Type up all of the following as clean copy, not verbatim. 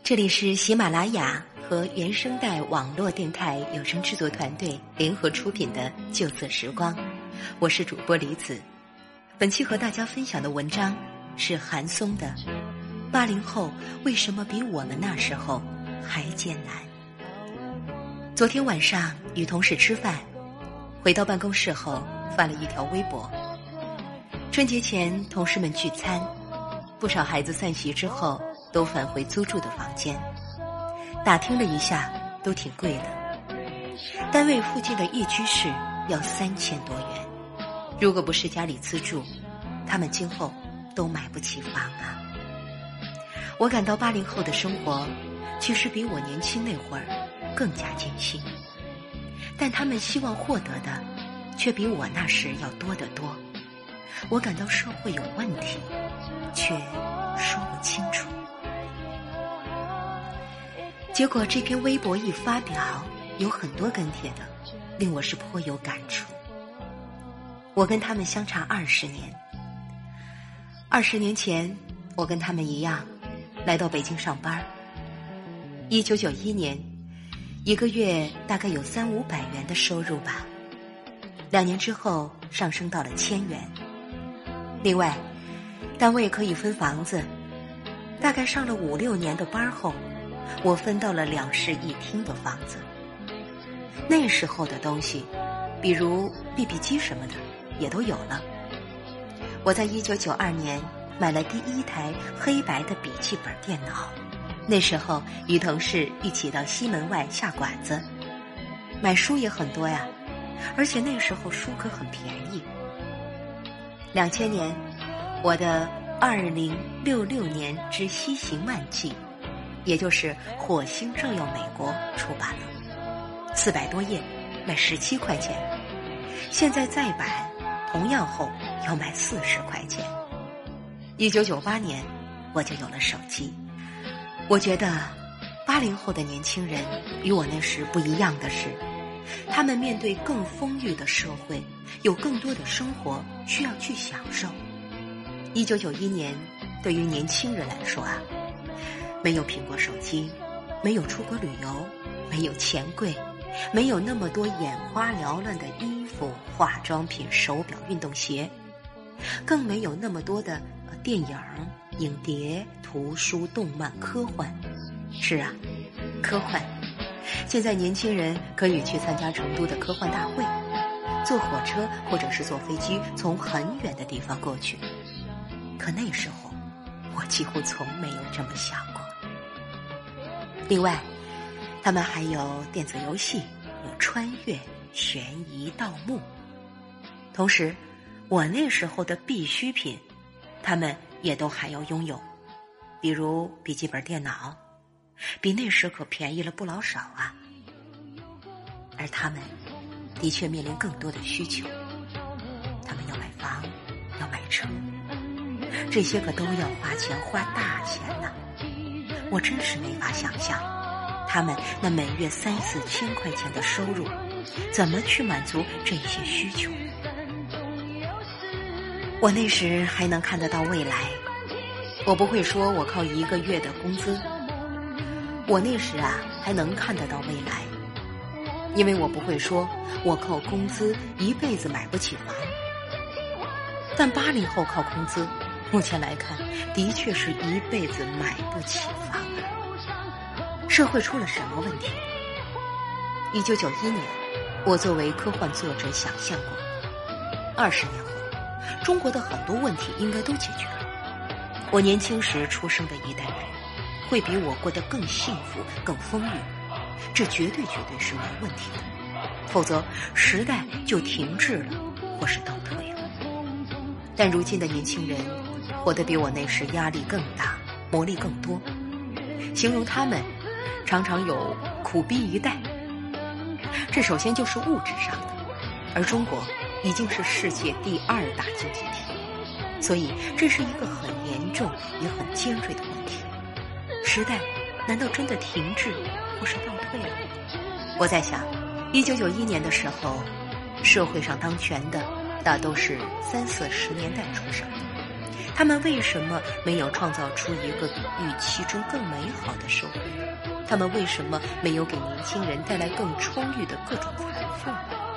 这里是喜马拉雅和原声带网络电台有声制作团队联合出品的旧色时光，我是主播李子。本期和大家分享的文章是韩松的80后为什么比我们那时候还艰难。昨天晚上与同事吃饭，回到办公室后发了一条微博。春节前同事们聚餐，不少孩子散席之后都返回租住的房间，打听了一下都挺贵的，单位附近的一居室要3000多元，如果不是家里资助，他们今后都买不起房啊。我感到80后的生活其实比我年轻那会儿更加艰辛，但他们希望获得的却比我那时要多得多。我感到社会有问题，却说不清楚。结果这篇微博一发表，有很多跟帖的，令我是颇有感触。我跟他们相差20年，20年前我跟他们一样来到北京上班。1991年一个月大概有300-500元的收入吧，2年之后上升到了1000元。另外单位可以分房子，大概上了5-6年的班后，我分到了2室1厅的房子。那时候的东西，比如 BB 机什么的也都有了。我在1992年买了第一台黑白的笔记本电脑，那时候与同事一起到西门外下馆子，买书也很多呀，而且那时候书可很便宜。2000年我的2066年之西行漫记，也就是火星照耀美国出版了，400多页，卖17块钱，现在再版同样厚要卖40块钱。1998年我就有了手机。我觉得80后的年轻人与我那时不一样的是，他们面对更丰裕的社会，有更多的生活需要去享受。1991年对于年轻人来说啊，没有苹果手机，没有出国旅游，没有钱柜，没有那么多眼花缭乱的衣服、化妆品、手表、运动鞋，更没有那么多的电影、影碟、图书、动漫、科幻。是啊，科幻。现在年轻人可以去参加成都的科幻大会，坐火车或者是坐飞机从很远的地方过去。可那时候我几乎从没有这么想过。另外他们还有电子游戏，有穿越、悬疑、盗墓。同时我那时候的必需品他们也都还要拥有，比如笔记本电脑，比那时可便宜了不老少啊。而他们的确面临更多的需求，他们要买房，要买车，这些可都要花钱，花大钱呢。我真是没法想象他们那每月3-4千块钱的收入怎么去满足这些需求。我那时还能看得到未来，我不会说我靠1个月的工资，我那时啊还能看得到未来，因为我不会说我靠工资一辈子买不起房。但80后靠工资，目前来看的确是一辈子买不起房的。社会出了什么问题？1991年我作为科幻作者想象过，20年后中国的很多问题应该都解决了。我年轻时出生的一代人会比我过得更幸福、更丰裕，这绝对是没问题的，否则时代就停滞了或是倒退了。但如今的年轻人活得比我那时压力更大，磨砺更多，形容他们常常有苦逼一代。这首先就是物质上的，而中国已经是世界第2大经济体，所以这是一个很严重也很尖锐的问题。时代难道真的停滞或是倒退了？我在想1991年的时候，社会上当权的大都是30-40年代出生的， 他们为什么没有创造出一个比预期中更美好的社会？他们为什么没有给年轻人带来更充裕的各种财富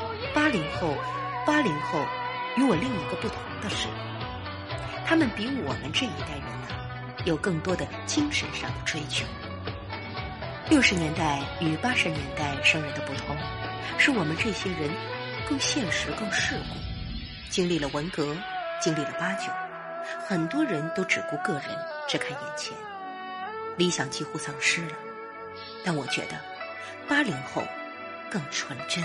？80后与我另一个不同的是，他们比我们这一代人有更多的精神上的追求。60年代与80年代生人的不同，是我们这些人更现实、更世故，经历了文革，经历了89，很多人都只顾个人，只看眼前，理想几乎丧失了。但我觉得80后更纯真，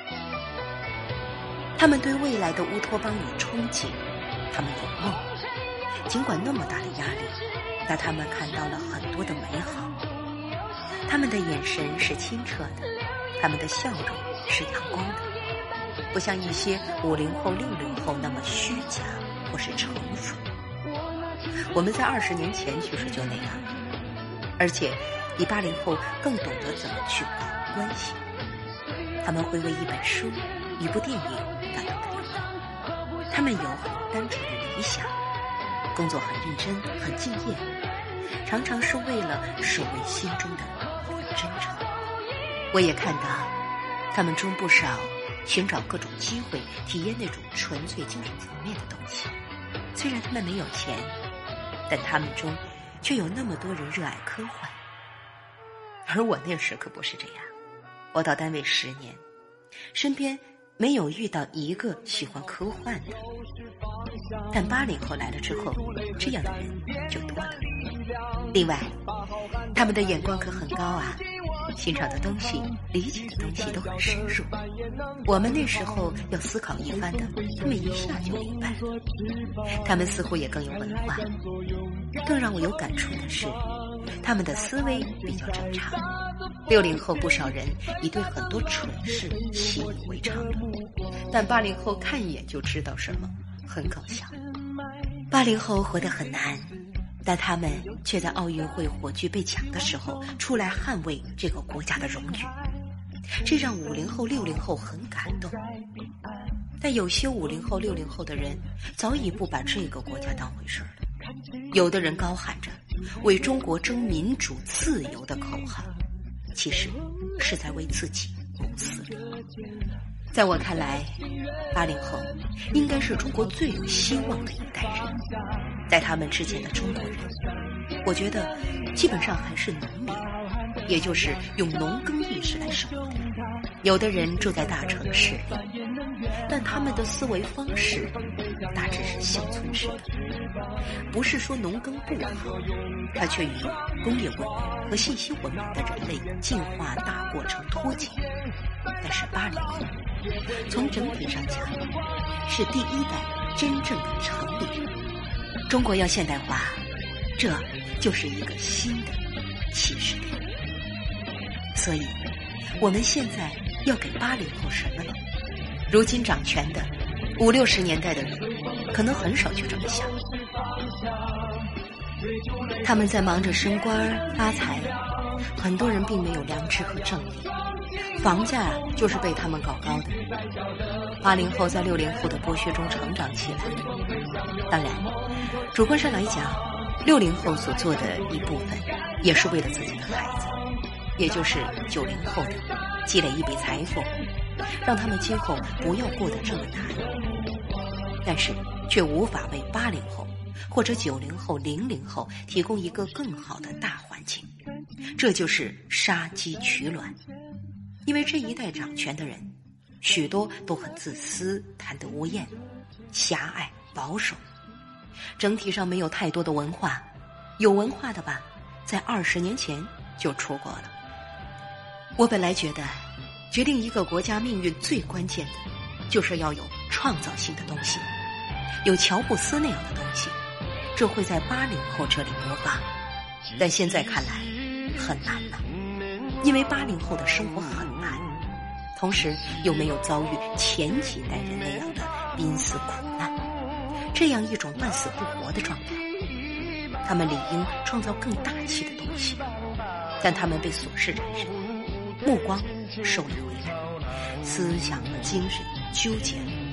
他们对未来的乌托邦有憧憬，他们有梦，尽管那么大的压力，但他们看到了很多的美好。他们的眼神是清澈的，他们的笑容是阳光的，不像一些50后、60后那么虚假或是城府。我们在20年前其实就那样，而且比80后更懂得怎么去搞关系。他们会为一本书、一部电影感动的流泪。他们有很单纯的理想，工作很认真、很敬业，常常是为了守卫心中的真诚。我也看到他们中不少寻找各种机会体验那种纯粹精神层面的东西。虽然他们没有钱，但他们中却有那么多人热爱科幻。而我那时可不是这样，我到单位10年，身边没有遇到一个喜欢科幻的。但80后来了之后，这样的人就多了。另外，他们的眼光可很高啊，欣赏的东西、理解的东西都很深入。我们那时候要思考一番的，他们一下就明白了。他们似乎也更有文化。更让我有感触的是，他们的思维比较正常。60后不少人已对很多蠢事习以为常了，但80后看一眼就知道什么，很搞笑。80后活得很难，但他们却在奥运会火炬被抢的时候出来捍卫这个国家的荣誉，这让50后、60后很感动。但有些50后、60后的人早已不把这个国家当回事了。有的人高喊着为中国争民主自由的口号，其实是在为自己谋私利。在我看来，80后应该是中国最有希望的一代人。在他们之前的中国人，我觉得基本上还是农民，也就是用农耕意识来生活的。有的人住在大城市里，但他们的思维方式大致是乡村式的。不是说农耕不好，它却与工业文明和信息文明的人类进化大过程脱节。但是80后从整体上讲是第一代真正的城里人。中国要现代化，这就是一个新的起始点。所以我们现在要给80后什么呢？如今掌权的50、60年代的人可能很少去这么想。他们在忙着升官发财，很多人并没有良知和正义，房价就是被他们搞高的。80后在60后的剥削中成长起来。当然，主观上来讲，60后所做的一部分也是为了自己的孩子，也就是90后的积累一笔财富，让他们今后不要过得这么难。但是却无法为80后或者90后、00后提供一个更好的大环境。这就是杀鸡取卵。因为这一代掌权的人许多都很自私、贪得无厌、狭隘、保守，整体上没有太多的文化。有文化的吧，在20年前就出国了。我本来觉得决定一个国家命运最关键的就是要有创造性的东西，有乔布斯那样的东西，这会在80后这里萌发。但现在看来很难了，因为80后的生活很难，同时又没有遭遇前几代人那样的濒死苦难，这样一种半死不活的状态。他们理应创造更大气的东西，但他们被琐事缠身，目光收了回来，思想和精神纠结了。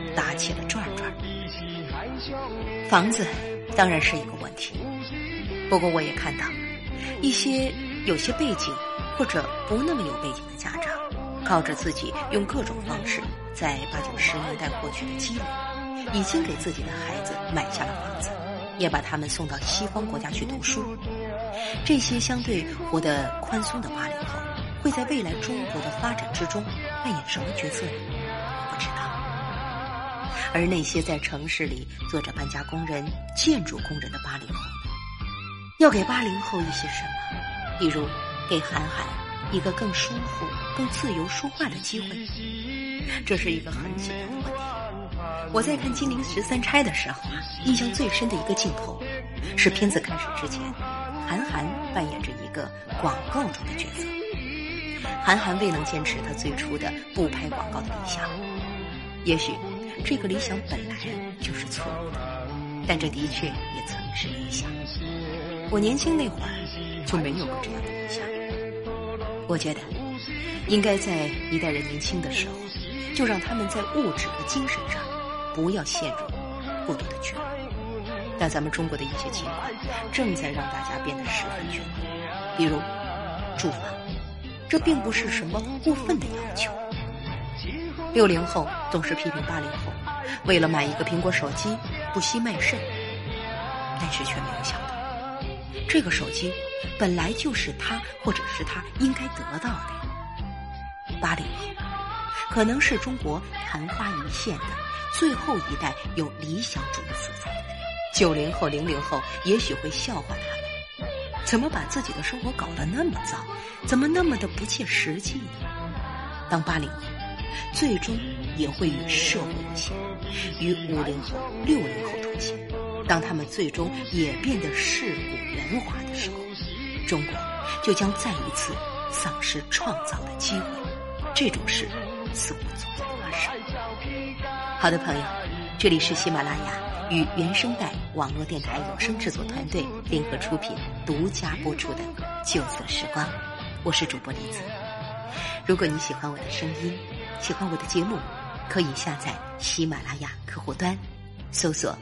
打起了转转。房子当然是一个问题，不过我也看到一些有些背景或者不那么有背景的家长，靠着自己用各种方式在80、90年代获取的积累，已经给自己的孩子买下了房子，也把他们送到西方国家去读书。这些相对活得宽松的80后，会在未来中国的发展之中扮演什么角色呢？我不知道。而那些在城市里做着搬家工人、建筑工人的80后呢，要给80后一些什么？比如给韩寒一个更舒服、更自由说话的机会。这是一个很简单的问题。我在看《金陵13钗》的时候印象最深的一个镜头，是片子开始之前，韩寒扮演着一个广告中的角色。韩寒未能坚持他最初的不拍广告的理想，也许这个理想本来就是错误的，但这的确也曾是理想。我年轻那会儿就没有过这样的理想。我觉得应该在一代人年轻的时候，就让他们在物质和精神上不要陷入过度的卷。但咱们中国的一些情况正在让大家变得十分卷，比如住房，这并不是什么过分的要求。60后总是批评80后为了买一个苹果手机不惜卖肾，但是却没有想到，这个手机本来就是他或者是他应该得到的。80后可能是中国昙花一现的最后一代有理想主义色彩的人。90后、00后也许会笑话他们，怎么把自己的生活搞得那么糟，怎么那么的不切实际呢？当80后最终也会与社会妥协，与50后、60后妥协，当他们最终也变得世故圆滑的时候，中国就将再一次丧失创造的机会。这种事似乎总在发生。好的朋友，这里是喜马拉雅与原声带网络电台有声制作团队联合出品独家播出的旧色时光，我是主播李子。如果你喜欢我的声音，喜欢我的节目，可以下载喜马拉雅客户端，搜索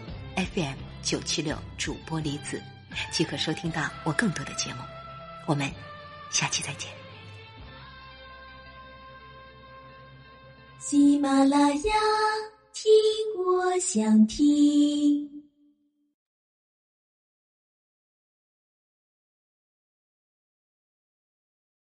FM976主播李子，即可收听到我更多的节目。我们下期再见。 喜马拉雅，听我想听。